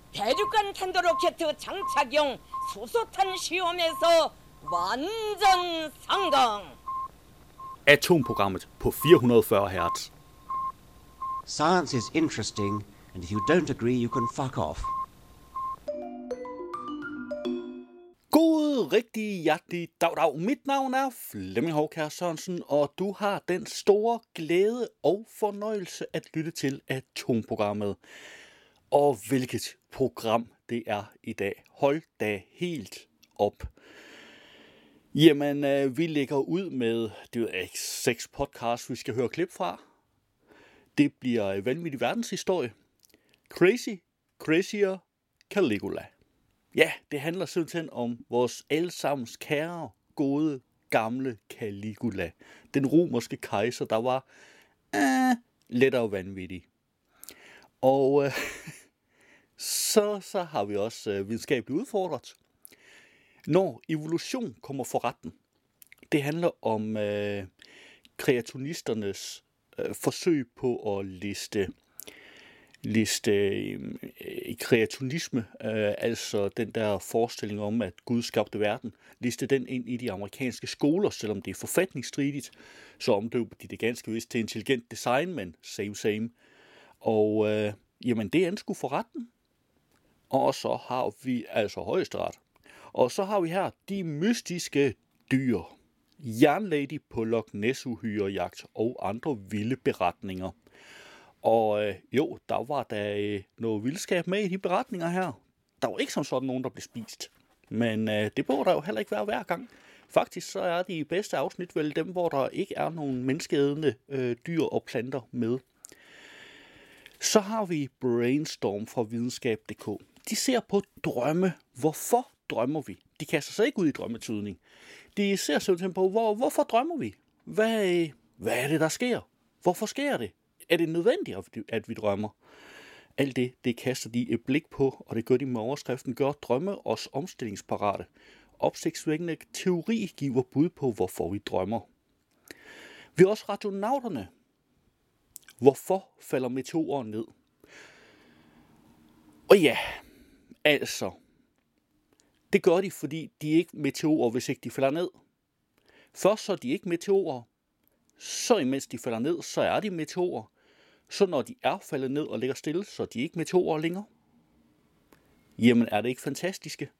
대륙간 탄도로켓 장착용 수소탄 시험에서 완전 성공. Atomprogrammet på 440 Hz. Science is interesting, and if you don't agree, you can fuck off. God, rigtig hjertelig dag. Mit navn er Flemming Hovkjær Sørensen, og du har den store glæde og fornøjelse at lytte til Atomprogrammet. Og hvilket program det er i dag. Hold da helt op. Jamen, vi lægger ud med, det er 6 podcasts, vi skal høre klip fra. Det bliver vanvittig verdenshistorie. Crazier Caligula. Ja, det handler simpelthen om vores allesammens kære, gode, gamle Caligula. Den romerske kejser, der var lettere vanvittig. Og så har vi også videnskabeligt udfordret. Når evolution kommer for retten. Det handler om kreationisternes forsøg på at liste kreationisme, altså den der forestilling om, at Gud skabte verden, liste den ind i de amerikanske skoler, selvom det er forfatningsstridigt, så omdøber de det ganske vist til intelligent design, men same. Og jamen det er sgu for retten. Og så har vi altså Højesteret. Og så har vi her de mystiske dyr. Jernlady på Loch Ness-uhyrejagt og andre vilde beretninger. Og jo, der var da noget vildskab med i de beretninger her. Der var ikke som sådan nogen, der blev spist. Men det bør der jo heller ikke være hver gang. Faktisk så er de bedste afsnit vel dem, hvor der ikke er nogen menneskeædende dyr og planter med. Så har vi Brainstorm fra videnskab.dk. De ser på drømme. Hvorfor drømmer vi? De kaster sig ikke ud i drømmetydning. De ser simpelthen på, hvorfor drømmer vi? Hvad er det, der sker? Hvorfor sker det? Er det nødvendigt, at vi drømmer? Alt det kaster de et blik på, og det gør de med overskriften, gør drømme os omstillingsparate. Opsigtsvækkende teori giver bud på, hvorfor vi drømmer. Vi har også radionauterne. Hvorfor falder meteorer ned? Og ja, altså, det gør de, fordi de er ikke meteorer, hvis ikke de falder ned. Først så er de ikke meteorer, så imens de falder ned, så er de meteorer. Så når de er faldet ned og ligger stille, så er de ikke meteorer længere. Jamen, er det ikke fantastiske?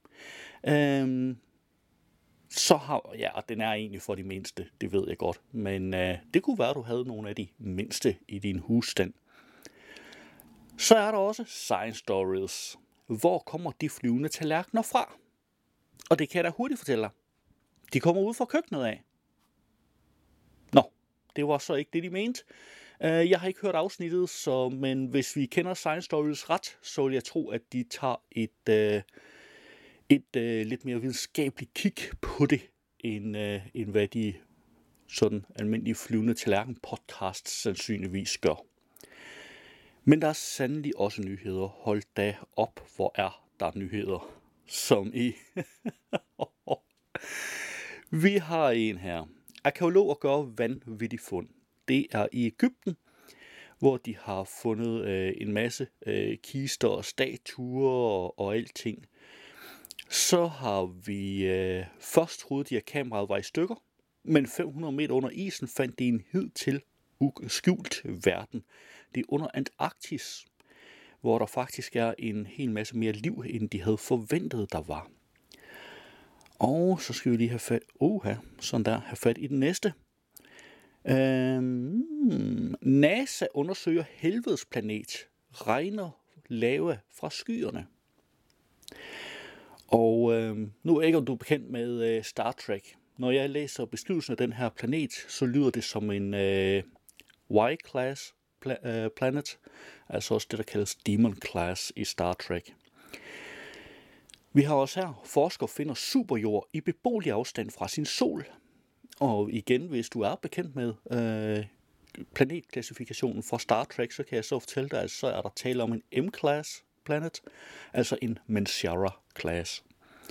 Og den er egentlig for de mindste, det ved jeg godt. Men det kunne være, at du havde nogle af de mindste i din husstand. Så er der også Science Stories. Hvor kommer de flyvende tallerkener fra? Og det kan jeg da hurtigt fortælle dig. De kommer ud fra køkkenet af. Nå, det var så ikke det, de mente. Jeg har ikke hørt afsnittet, men hvis vi kender Science Stories ret, så vil jeg tro, at de tager et lidt mere videnskabeligt kig på det, end hvad de sådan almindelige flyvende tallerken podcasts sandsynligvis gør. Men der er sandelig også nyheder. Hold da op, hvor er der nyheder, som i. Vi har en her. Arkæologer gør vanvittig fund. Det er i Egypten, hvor de har fundet en masse kister og statuer og alting. Så har vi først troet, at kameraet var i stykker, men 500 meter under isen fandt de en hidtil skjult verden. Det er under Antarktis, hvor der faktisk er en hel masse mere liv, end de havde forventet, der var. Og så skal vi lige have fat i den næste. NASA undersøger helvedes planet, regner lava fra skyerne. Og nu er jeg ikke, om du er bekendt med Star Trek. Når jeg læser beskrivelsen af den her planet, så lyder det som en Y-class planet. Altså også det, der kaldes Demon Class i Star Trek. Vi har også her, forskere finder superjord i beboelig afstand fra sin sol. Og igen, hvis du er bekendt med planetklassifikationen fra Star Trek, så kan jeg så fortælle dig, at så er der tale om en M-class planet, altså en Menshara-class.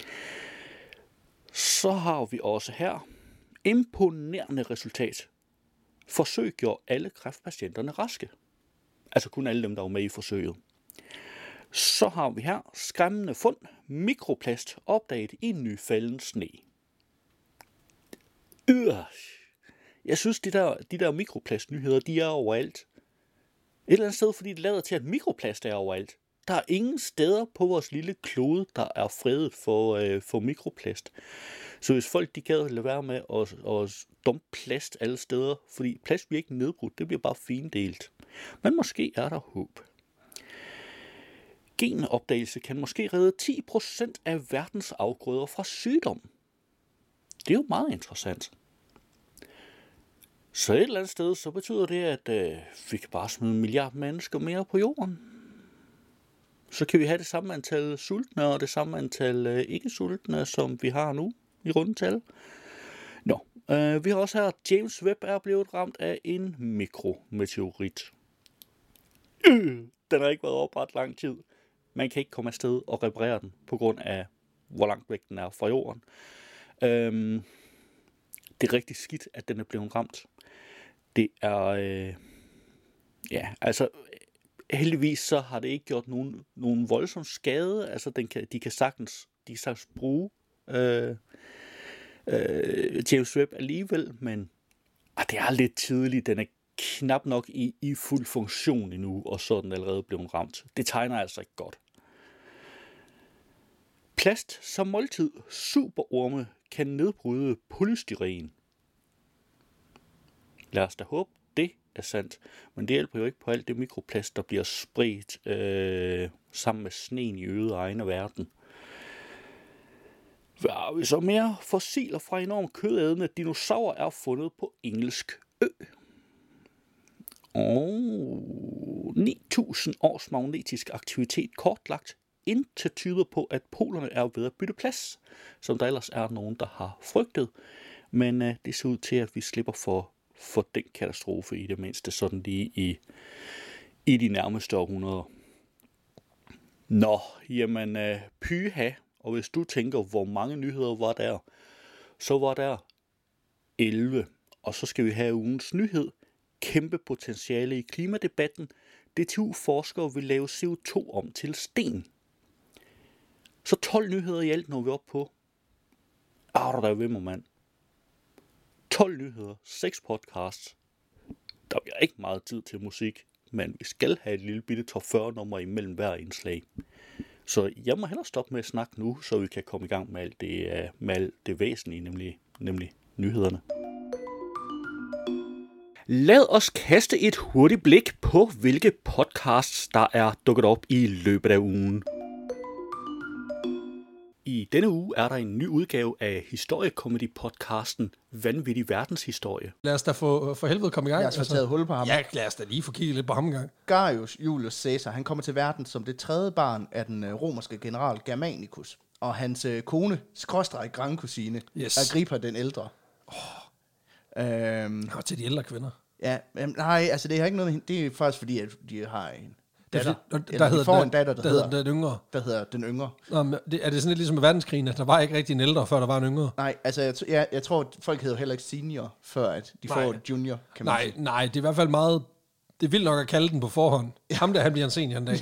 Så har vi også her imponerende resultat. Forsøg gjorde alle kræftpatienterne raske. Altså kun alle dem, der var med i forsøget. Så har vi her skræmmende fund. Mikroplast opdaget i nyfalden sne. Jeg synes, de der mikroplastnyheder, de er overalt. Et eller andet sted, fordi det lader til, at mikroplast er overalt. Der er ingen steder på vores lille klode, der er fredet for mikroplast. Så hvis folk de gad lade være med at dumpe plast alle steder, fordi plast bliver ikke nedbrudt, det bliver bare findelt. Men måske er der håb. Genopdagelse kan måske redde 10% af verdens afgrøder fra sygdom. Det er jo meget interessant. Så et eller andet sted, så betyder det, at vi kan bare smide 1 milliard mennesker mere på jorden. Så kan vi have det samme antal sultne og det samme antal ikke-sultne, som vi har nu i rundetal. Vi har også her, at James Webb er blevet ramt af en mikrometeorit. Den har ikke været op ret lang tid. Man kan ikke komme afsted og reparere den, på grund af, hvor langt væk den er fra jorden. Det er rigtig skidt, at den er blevet ramt. Det er... heldigvis så har det ikke gjort nogen voldsom skade. Altså, de kan sagtens bruge James Webb alligevel, men det er lidt tidligt. Den er knap nok i fuld funktion endnu, og så er den allerede blevet ramt. Det tegner altså ikke godt. Plast som måltid. Superorme kan nedbryde polystyren. Lad os da håbe, det er sandt. Men det hjælper jo ikke på alt det mikroplast, der bliver spredt sammen med sneen i øde egne af verden. Hvad har vi så mere? Fossiler fra enormt kødædende dinosaurer er fundet på engelsk ø. Og 9.000 års magnetisk aktivitet kortlagt. Intet tyder på, at polerne er ved at bytte plads, som der ellers er nogen, der har frygtet. Men det ser ud til, at vi slipper for den katastrofe i det mindste, sådan lige i de nærmeste århundreder. Pyha. Og hvis du tænker, hvor mange nyheder var der, så var der 11. Og så skal vi have ugens nyhed. Kæmpe potentiale i klimadebatten. DTU-forskere vil lave CO2 om til sten. Så 12 nyheder i alt når vi op på. Der er ved mig, mand. 12 nyheder, 6 podcasts. Der bliver ikke meget tid til musik, men vi skal have et lille bitte top 40 nummer imellem hver indslag. Så jeg må hellere stoppe med at snakke nu, så vi kan komme i gang med alt det væsentlige, nemlig nyhederne. Lad os kaste et hurtigt blik på, hvilke podcasts, der er dukket op i løbet af ugen. I denne uge er der en ny udgave af historiekomedy-podcasten Vanvittig verdenshistorie. Lad os da for helvede komme i gang. Lad os få taget hul på ham. Ja, lad os da lige få kigget lidt på ham en gang. Gaius Julius Caesar, han kommer til verden som det 3. barn af den romerske general Germanicus. Og hans kone, grandkusine, Agrippa den ældre. Og til de ældre kvinder. Ja, nej, altså det har ikke noget. Det er faktisk fordi, at de har en datter. Der hedder en datter, der hedder den yngre. Der hedder den yngre. Nå, er det sådan lidt ligesom med verdenskrigen, at der var ikke rigtig en ældre, før der var en yngre? Nej, altså jeg tror, at folk hedder heller ikke senior, før at de får junior, kan man sige. Nej, det er i hvert fald meget... Det er vildt nok at kalde den på forhånd. Ham der, han bliver en senior en dag.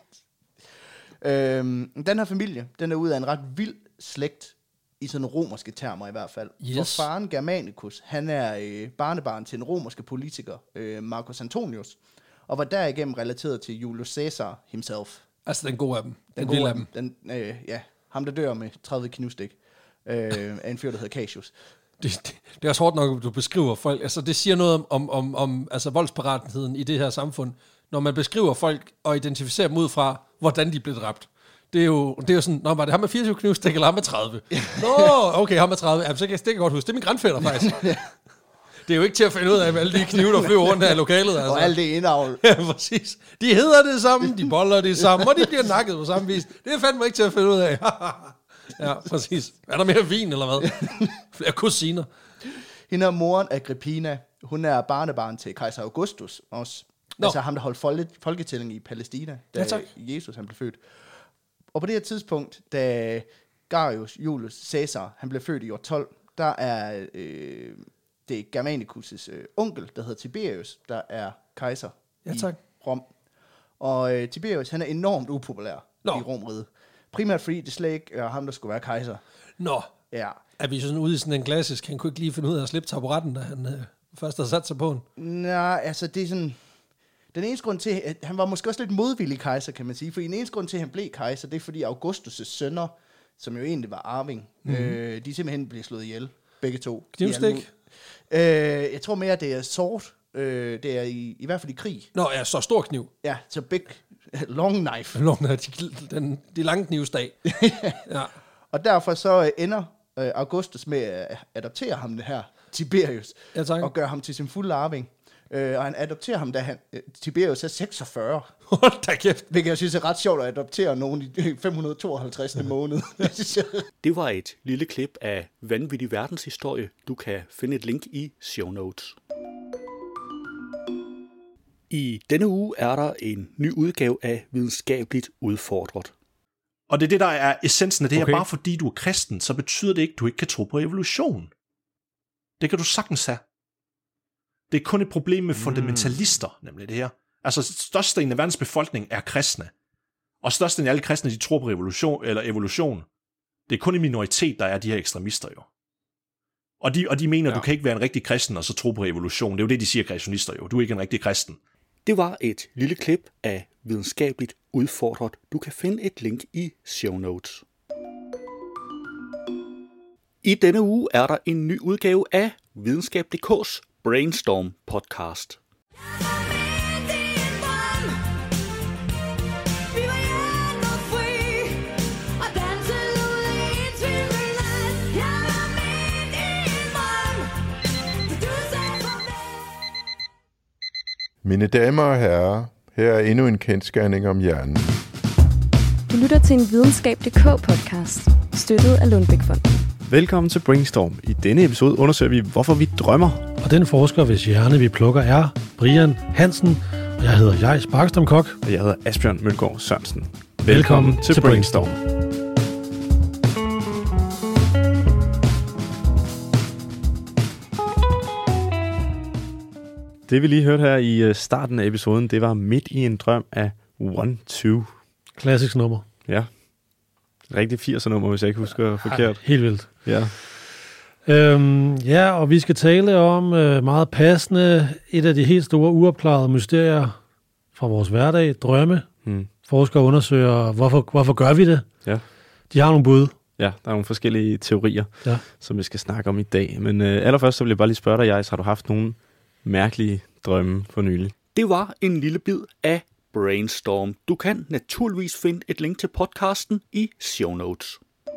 Den her familie, den er ud af en ret vild slægt, i sådan romerske termer i hvert fald. Yes. For faren Germanicus, han er barnebarn til en romerske politiker, Marcus Antonius, og var derigennem relateret til Julius Caesar himself. Altså den gode af dem. Den vilde af dem. Ham der dør med 30 knivstik af en fyr, der hedder Cassius. Det er også hårdt nok, at du beskriver folk. Altså det siger noget om altså voldsparatheden i det her samfund, når man beskriver folk og identificerer dem ud fra, hvordan de blev dræbt. Det er jo sådan, var det ham med 24 knivstik, eller ham med 30? Okay, ham med 30. Jamen, så kan jeg godt huske. Det er min grandfætter, faktisk. Det er jo ikke til at finde ud af, med alle de knive, der flyver rundt her i lokalet. Altså. Og alt det indavl. Ja, præcis. De hedder det samme, de boller det samme, og de bliver nakket på samme vis. Det er fandme ikke til at finde ud af. Ja, præcis. Er der mere vin, eller hvad? Flere kusiner. Hende er moren Agrippina. Hun er barnebarn til kejser Augustus også. Altså ham, der holdt folketælling i Palæstina, da Jesus han blev født. Og på det her tidspunkt, da Gaius Julius Caesar han blev født i år 12, der er det Germanicus' onkel, der hedder Tiberius, der er kejser i Rom. Og Tiberius, han er enormt upopulær i Romeriget. Primært fordi det slet ikke er ham, der skulle være kejser. Nå. Ja. Er vi sådan ude i sådan en klassisk, han kunne ikke lige finde ud af at slippe taburetten, da han først havde sat sig på den? Nej, altså det er sådan... Den eneste grund til, at han var måske også lidt modvillig kejser, kan man sige. For den eneste grund til, at han blev kejser, det er fordi Augustus' sønner, som jo egentlig var arving, de simpelthen blev slået ihjel. Begge to. Knivstik? Jeg tror mere, det er sort. Det er i hvert fald i krig. Nå, ja, så stor kniv. Ja, så big, long knife. De lange knivsdag. Ja. Og derfor så ender Augustus med at adoptere ham, det her Tiberius, og gøre ham til sin fulde arving. Og han adopterer ham, da Tiberius er 46. Hold da kæft. Hvilket jeg synes er ret sjovt at adoptere nogen i 552. måned. Det var et lille klip af vanvittig verdenshistorie. Du kan finde et link i show notes. I denne uge er der en ny udgave af Videnskabeligt Udfordret. Og det er det, der er essensen af det her. Bare fordi du er kristen, så betyder det ikke, at du ikke kan tro på evolution. Det kan du sagtens have. Det er kun et problem med fundamentalister, nemlig det her. Altså, størstedelen af verdens befolkning er kristne. Og størstedelen af alle kristne, de tror på evolution. Det er kun en minoritet, der er de her ekstremister jo. Og de mener, du kan ikke være en rigtig kristen og så tro på evolution. Det er jo det, de siger kreationister jo. Du er ikke en rigtig kristen. Det var et lille klip af Videnskabeligt Udfordret. Du kan finde et link i show notes. I denne uge er der en ny udgave af Videnskab.dk's Brainstorm podcast. Mine damer og herrer, her er endnu en kendsgerning om hjernen. Du lytter til en Videnskab.dk-podcast, støttet af Lundbeck-fonden. Velkommen til Brainstorm. I denne episode undersøger vi, hvorfor vi drømmer. Og den forsker, hvis hjerne vi plukker, er Brian Hansen. Og jeg hedder Jais Barkstrøm Kok. Og jeg hedder Asbjørn Mølgaard Sørensen. Velkommen til Brainstorm. Det vi lige hørte her i starten af episoden, det var Midt i en drøm af 1-2. Klassisk nummer. Ja. Rigtig 80'er nummer, hvis jeg ikke husker forkert. Helt vildt. Ja. Ja, og vi skal tale om meget passende et af de helt store uopklarede mysterier fra vores hverdag, drømme. Forskere undersøger, hvorfor gør vi det? Ja. De har nogle bud. Ja, der er nogle forskellige teorier, som vi skal snakke om i dag. Men allerførst så vil jeg bare lige spørge dig, Jais, har du haft nogle mærkelige drømme for nylig? Det var en lille bid af Brainstorm. Du kan naturligvis finde et link til podcasten i show notes.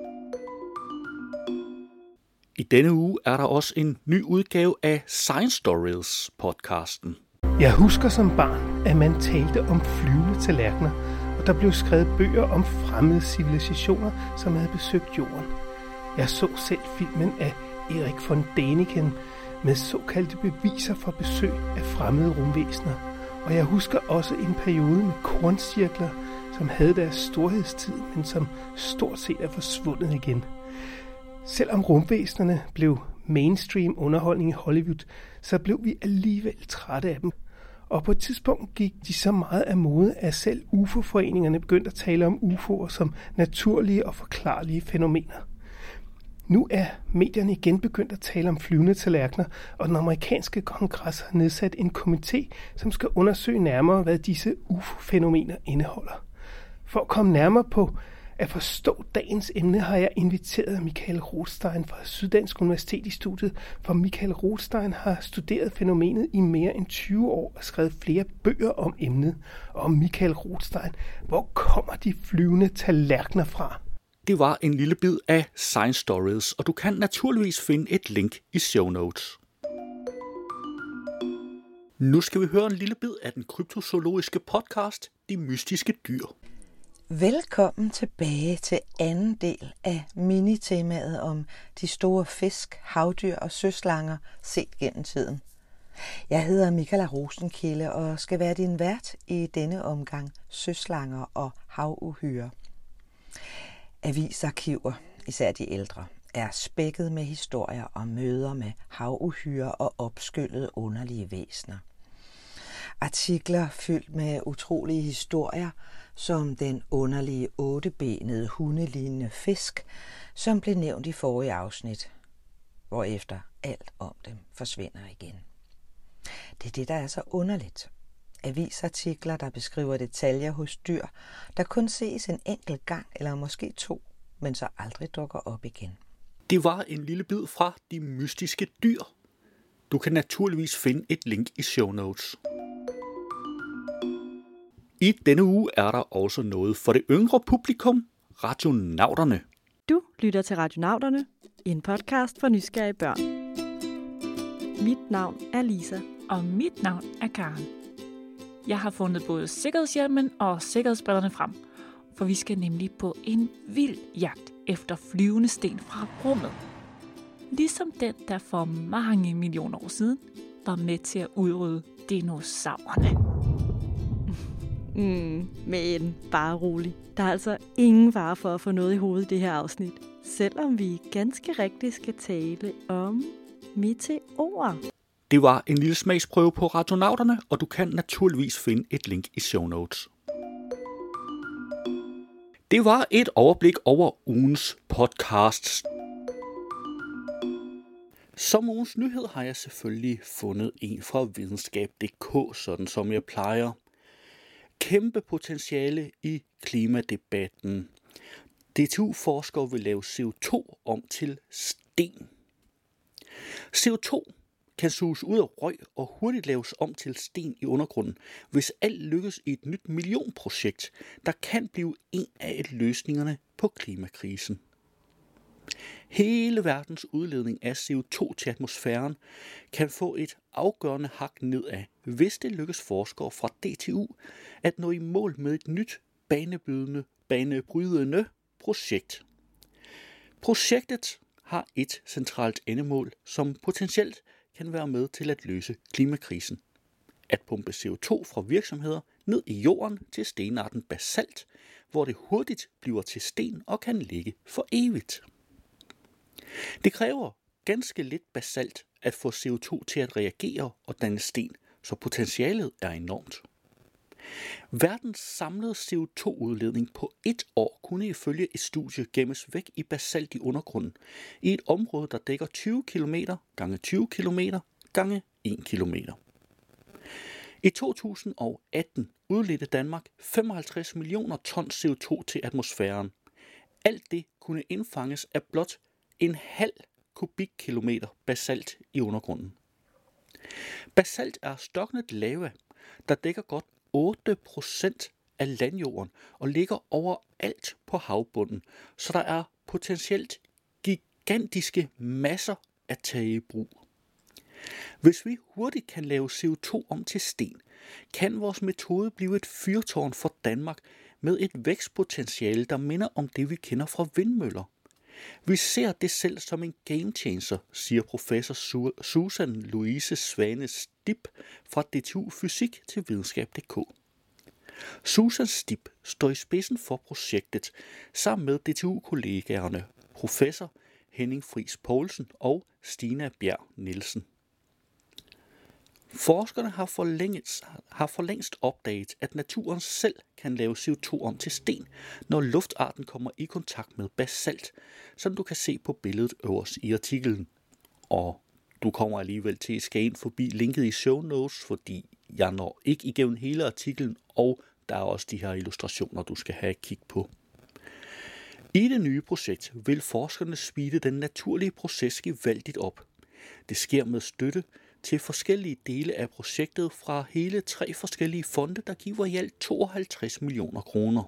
I denne uge er der også en ny udgave af Science Stories podcasten. Jeg husker som barn, at man talte om flyvende tallerkener, og der blev skrevet bøger om fremmede civilisationer, som havde besøgt jorden. Jeg så selv filmen af Erik von Däniken med såkaldte beviser for besøg af fremmede rumvæsener. Og jeg husker også en periode med korncirkler, som havde deres storhedstid, men som stort set er forsvundet igen. Selvom rumvæsenerne blev mainstream underholdning i Hollywood, så blev vi alligevel trætte af dem. Og på et tidspunkt gik de så meget af mode, at selv UFO-foreningerne begyndte at tale om UFO'er som naturlige og forklarlige fænomener. Nu er medierne igen begyndt at tale om flyvende tallerkener, og den amerikanske kongres har nedsat en komité, som skal undersøge nærmere, hvad disse UFO-fænomener indeholder. For at komme nærmere på at forstå dagens emne, har jeg inviteret Michael Rothstein fra Syddansk Universitet i studiet, for Michael Rothstein har studeret fænomenet i mere end 20 år og skrevet flere bøger om emnet. Og Michael Rothstein, hvor kommer de flyvende tallerkener fra? Det var en lille bid af Science Stories, og du kan naturligvis finde et link i show notes. Nu skal vi høre en lille bid af den kryptozoologiske podcast, De Mystiske Dyr. Velkommen tilbage til anden del af minitemaet om de store fisk, havdyr og søslanger set gennem tiden. Jeg hedder Michaela Rosenkilde og skal være din vært i denne omgang søslanger og havuhyrer. Avisarkiver, især de ældre, er spækket med historier om møder med havuhyrer og opskyllede underlige væsener. Artikler fyldt med utrolige historier, som den underlige 8-benede hundelignende fisk, som blev nævnt i forrige afsnit, hvorefter alt om dem forsvinder igen. Det er det, der er så underligt. Avisartikler, der beskriver detaljer hos dyr, der kun ses en enkelt gang eller måske 2, men så aldrig dukker op igen. Det var en lille bid fra De mystiske dyr. Du kan naturligvis finde et link i show notes. I denne uge er der også noget for det yngre publikum, Radionauterne. Du lytter til Radionauterne, en podcast for nysgerrige børn. Mit navn er Lisa. Og mit navn er Karen. Jeg har fundet både sikkerhedshjelmen og sikkerhedsbrillerne frem, for vi skal nemlig på en vild jagt efter flyvende sten fra rummet. Ligesom den, der for mange millioner år siden var med til at udrydde dinosaurerne. Men bare rolig. Der er altså ingen fare for at få noget i hovedet i det her afsnit, selvom vi ganske rigtigt skal tale om meteorer. Det var en lille smagsprøve på Radionauterne, og du kan naturligvis finde et link i show notes. Det var et overblik over ugens podcasts. Som ugens nyhed har jeg selvfølgelig fundet en fra videnskab.dk, sådan som jeg plejer. Kæmpe potentiale i klimadebatten. DTU-forskere vil lave CO2 om til sten. CO2 kan suges ud af røg og hurtigt laves om til sten i undergrunden, hvis alt lykkes i et nyt millionprojekt, der kan blive en af løsningerne på klimakrisen. Hele verdens udledning af CO2 til atmosfæren kan få et afgørende hak nedad, hvis det lykkes forskere fra DTU at nå i mål med et nyt banebrydende projekt. Projektet har et centralt endemål, som potentielt kan være med til at løse klimakrisen. At pumpe CO2 fra virksomheder ned i jorden til stenarten basalt, hvor det hurtigt bliver til sten og kan ligge for evigt. Det kræver ganske lidt basalt at få CO2 til at reagere og danne sten, så potentialet er enormt. Verdens samlede CO2-udledning på et år kunne ifølge et studie gemmes væk i basalt i undergrunden, i et område, der dækker 20 km gange 20 km gange 1 km. I 2018 udledte Danmark 55 millioner ton CO2 til atmosfæren. Alt det kunne indfanges af blot en halv kubikkilometer basalt i undergrunden. Basalt er stoknet lava, der dækker godt 8% af landjorden og ligger overalt på havbunden, så der er potentielt gigantiske masser at tage i brug. Hvis vi hurtigt kan lave CO2 om til sten, kan vores metode blive et fyrtårn for Danmark med et vækstpotentiale, der minder om det, vi kender fra vindmøller. Vi ser det selv som en game changer, siger professor Susan Louise Svane Stip fra DTU Fysik til videnskab.dk. Susan Stip står i spidsen for projektet sammen med DTU-kollegaerne professor Henning Friis Poulsen og Stina Bjerg Nielsen. Forskerne har for længst opdaget, at naturen selv kan lave CO2 om til sten, når luftarten kommer i kontakt med basalt, som du kan se på billedet øverst i artiklen. Og du kommer alligevel til at skal ind forbi linket i show notes, fordi jeg når ikke igennem hele artiklen, og der er også de her illustrationer, du skal have et kig på. I det nye projekt vil forskerne speede den naturlige proces gevaldigt op. Det sker med støtte til forskellige dele af projektet fra hele 3 forskellige fonde, der giver i alt 52 millioner kroner.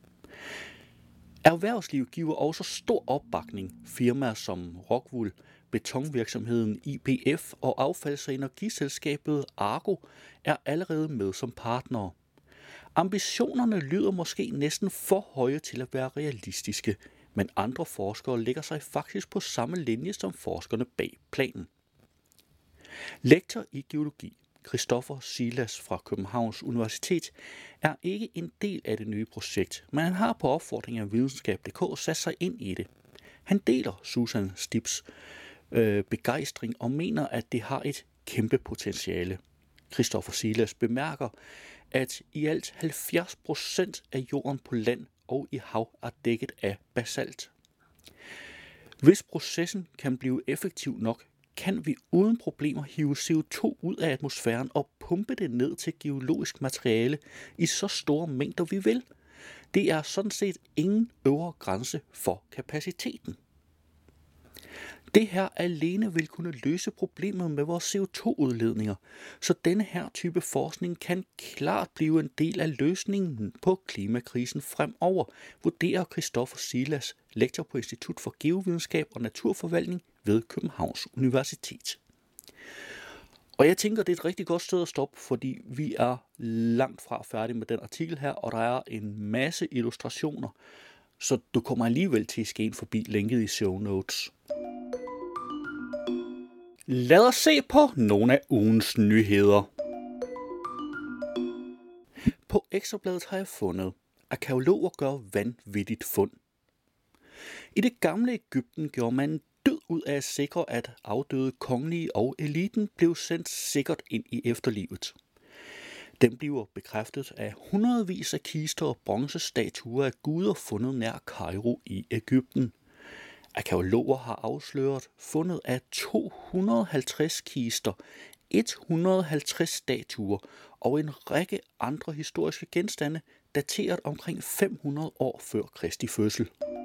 Erhvervslivet giver også stor opbakning. Firmaer som Rockwool, betonvirksomheden IPF og affalds- og energiselskabet Argo er allerede med som partnere. Ambitionerne lyder måske næsten for høje til at være realistiske, men andre forskere lægger sig faktisk på samme linje som forskerne bag planen. Lektor i geologi, Christoffer Silas fra Københavns Universitet, er ikke en del af det nye projekt, men han har på opfordring af videnskab.dk sat sig ind i det. Han deler Susan Stips begejstring og mener, at det har et kæmpe potentiale. Christopher Silas, bemærker, at i alt 70% af jorden på land og i hav er dækket af basalt. Hvis processen kan blive effektiv nok, kan vi uden problemer hive CO2 ud af atmosfæren og pumpe det ned til geologisk materiale i så store mængder vi vil. Det er sådan set ingen øvre grænse for kapaciteten. Det her alene vil kunne løse problemet med vores CO2-udledninger, så denne her type forskning kan klart blive en del af løsningen på klimakrisen fremover, vurderer Christopher Silas, lektor på Institut for Geovidenskab og Naturforvaltning ved Københavns Universitet. Og jeg tænker, det er et rigtig godt sted at stoppe, fordi vi er langt fra færdige med den artikel her, og der er en masse illustrationer, så du kommer alligevel til at skæne forbi linket i show notes. Lad os se på nogle af ugens nyheder. På Ekstrabladet har jeg fundet, at arkæologer gør vanvittigt fund. I det gamle Egypten gjorde man død ud af at sikre, at afdøde kongelige og eliten blev sendt sikkert ind i efterlivet. Den bliver bekræftet af hundredvis af kister og bronzestatuer af guder fundet nær Kairo i Egypten. Arkæologer har afsløret fundet af 250 kister, 150 statuer og en række andre historiske genstande, dateret omkring 500 år før Kristi fødsel.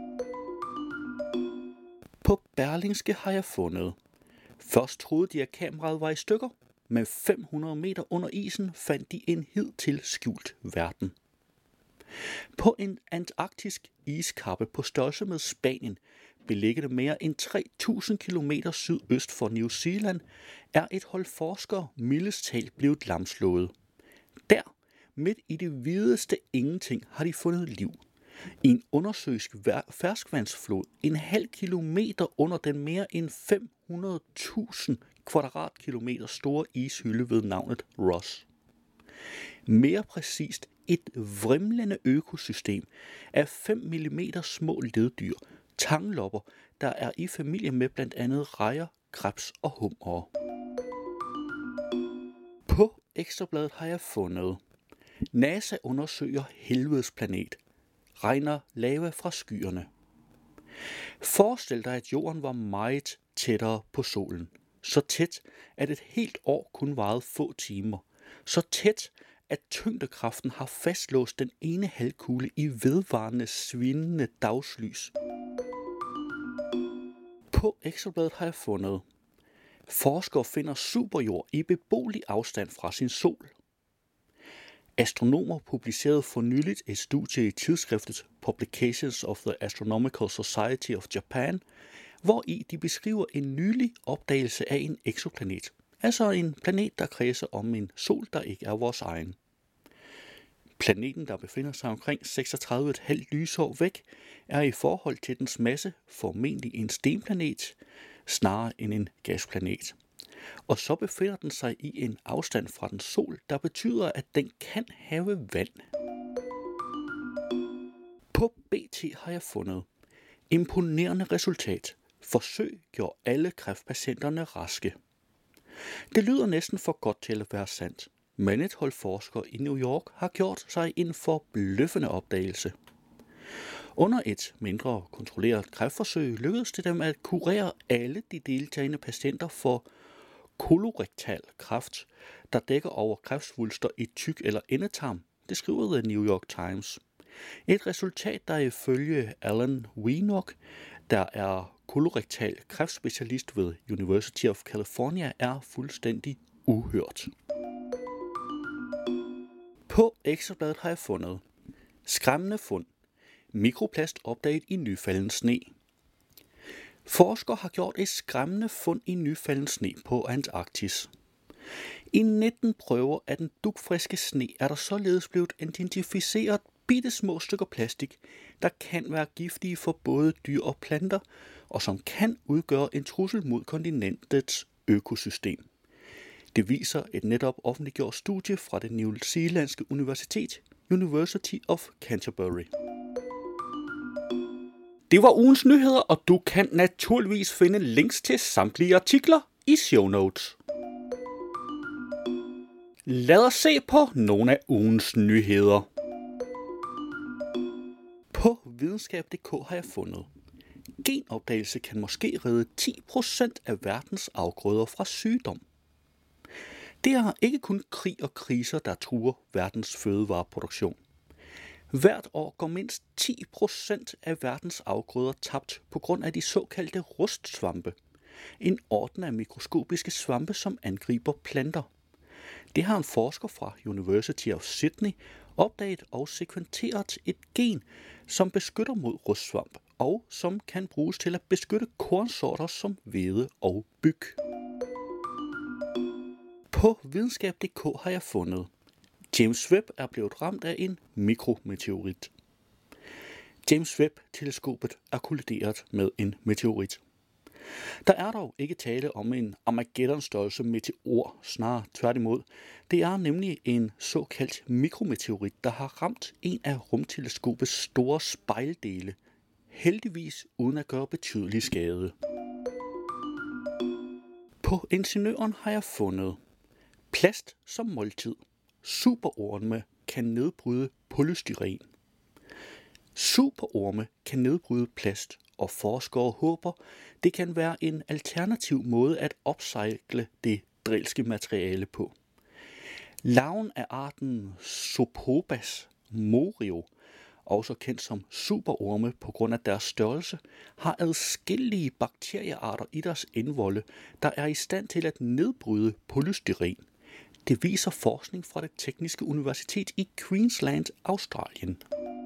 På Berlingske har jeg fundet. Først troede de, at kameraet var i stykker, men 500 meter under isen fandt de en hidtil skjult verden. På en antarktisk iskappe på størrelse med Spanien, beliggende mere end 3.000 km sydøst for New Zealand, er et hold forskere mildest talt blevet lamslået. Der, midt i det hvideste ingenting, har de fundet liv. I en undersøisk ferskvandsflod, en halv kilometer under den mere end 500.000 kvadratkilometer store ishylde ved navnet Ross. Mere præcist et vrimlende økosystem af 5 mm små leddyr, tanglopper, der er i familie med blandt andet rejer, krebs og hummere. På Ekstrabladet har jeg fundet. NASA undersøger helvedes planet. Regner lava fra skyerne. Forestil dig, at jorden var meget tættere på solen. Så tæt, at et helt år kun varede få timer. Så tæt, at tyngdekraften har fastlåst den ene halvkugle i vedvarende, svindende dagslys. På Ekstrabladet har jeg fundet. Forskere finder superjord i beboelig afstand fra sin sol. Astronomer publicerede for nyligt et studie i tidsskriftet Publications of the Astronomical Society of Japan, hvori de beskriver en nylig opdagelse af en eksoplanet, altså en planet, der kredser om en sol, der ikke er vores egen. Planeten, der befinder sig omkring 36,5 lysår væk, er i forhold til dens masse formentlig en stenplanet, snarere end en gasplanet. Og så befinder den sig i en afstand fra den sol, der betyder, at den kan have vand. På BT har jeg fundet. Imponerende resultat. Forsøg gjorde alle kræftpatienterne raske. Det lyder næsten for godt til at være sandt, men et hold forskere i New York har gjort sig en forbløffende opdagelse. Under et mindre kontrolleret kræftforsøg lykkedes det dem at kurere alle de deltagende patienter for kolorektal kræft, der dækker over kræftsvulster i tyk- eller endetarm, det skriver The New York Times. Et resultat, der ifølge Alan Wienock, der er kolorektal kræftspecialist ved University of California, er fuldstændig uhørt. På Ekstrabladet har jeg fundet. Skræmmende fund. Mikroplast opdaget i nyfalden sne. Forskere har gjort et skræmmende fund i nyfalden sne på Antarktis. I 19 prøver af den dugfriske sne er der således blevet identificeret bittesmå stykker plastik, der kan være giftige for både dyr og planter, og som kan udgøre en trussel mod kontinentets økosystem. Det viser et netop offentliggjort studie fra det newzealandske universitet, University of Canterbury. Det var ugens nyheder, og du kan naturligvis finde links til samtlige artikler i show notes. Lad os se på nogle af ugens nyheder. På videnskab.dk har jeg fundet: genopdagelse kan måske redde 10% af verdens afgrøder fra sygdom. Det er ikke kun krig og kriser, der truer verdens fødevareproduktion. Hvert år går mindst 10% af verdens afgrøder tabt på grund af de såkaldte rustsvampe. En orden af mikroskopiske svampe, som angriber planter. Det har en forsker fra University of Sydney opdaget og sekventeret et gen, som beskytter mod rustsvamp, og som kan bruges til at beskytte kornsorter som hvede og byg. På videnskab.dk har jeg fundet: James Webb er blevet ramt af en mikrometeorit. James Webb-teleskopet er kollideret med en meteorit. Der er dog ikke tale om en Armageddon-størrelse meteor, snarere tværtimod. Det er nemlig en såkaldt mikrometeorit, der har ramt en af rumteleskopets store spejldele, heldigvis uden at gøre betydelig skade. På Ingeniøren har jeg fundet: plast som måltid. Superorme kan nedbryde polystyren. Superorme kan nedbryde plast, og forskere håber, det kan være en alternativ måde at upcycle det drilske materiale på. Larven af arten Sopobas morio, også kendt som superorme på grund af deres størrelse, har adskillige bakteriearter i deres indvolde, der er i stand til at nedbryde polystyren. Det viser forskning fra det tekniske universitet i Queensland, Australien.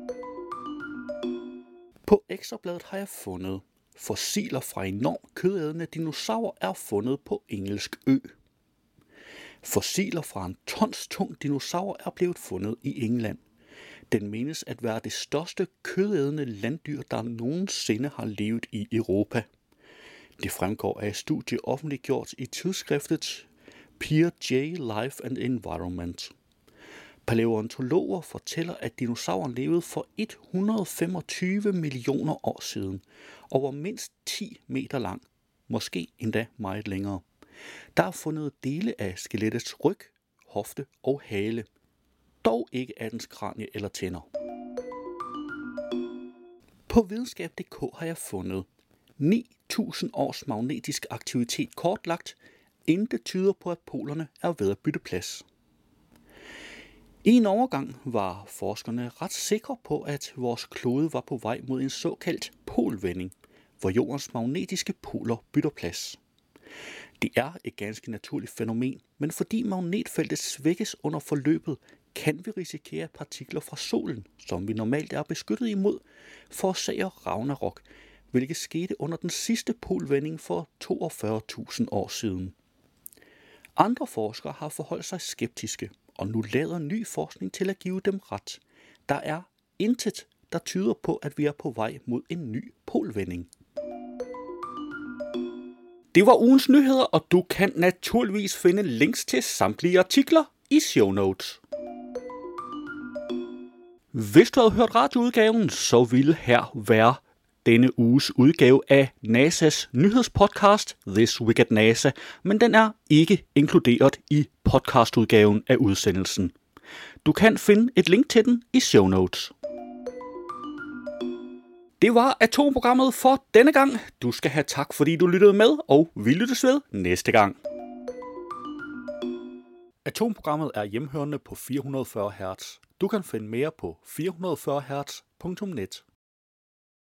På Ekstrabladet har jeg fundet: fossiler fra enormt kødædende dinosaurer er fundet på engelsk ø. Fossiler fra en tons tung dinosaur er blevet fundet i England. Den menes at være det største kødædende landdyr, der nogensinde har levet i Europa. Det fremgår af et studie offentliggjort i tidsskriftet PeerJ Life and Environment. Palæontologer fortæller, at dinosauren levede for 125 millioner år siden, over mindst 10 meter lang, måske endda meget længere. Der er fundet dele af skelettets ryg, hofte og hale, dog ikke af dens kranie eller tænder. På videnskab.dk har jeg fundet: 9.000 års magnetisk aktivitet kortlagt. Intet tyder på, at polerne er ved at bytte plads. I en overgang var forskerne ret sikre på, at vores klode var på vej mod en såkaldt polvending, hvor jordens magnetiske poler bytter plads. Det er et ganske naturligt fænomen, men fordi magnetfeltet svækkes under forløbet, kan vi risikere, at partikler fra solen, som vi normalt er beskyttet imod, forårsager Ragnarok, hvilket skete under den sidste polvending for 42.000 år siden. Andre forskere har forholdt sig skeptiske, og nu lader ny forskning til at give dem ret. Der er intet, der tyder på, at vi er på vej mod en ny polvending. Det var ugens nyheder, og du kan naturligvis finde links til samtlige artikler i show notes. Hvis du havde hørt radioudgaven, så ville her være denne uges udgave af NASA's nyhedspodcast This Week at NASA, men den er ikke inkluderet i podcastudgaven af udsendelsen. Du kan finde et link til den i show notes. Det var Atomprogrammet for denne gang. Du skal have tak, fordi du lyttede med, og vi lyttes ved næste gang. Atomprogrammet er hjemhørende på 440 Hz. Du kan finde mere på 440hz.net.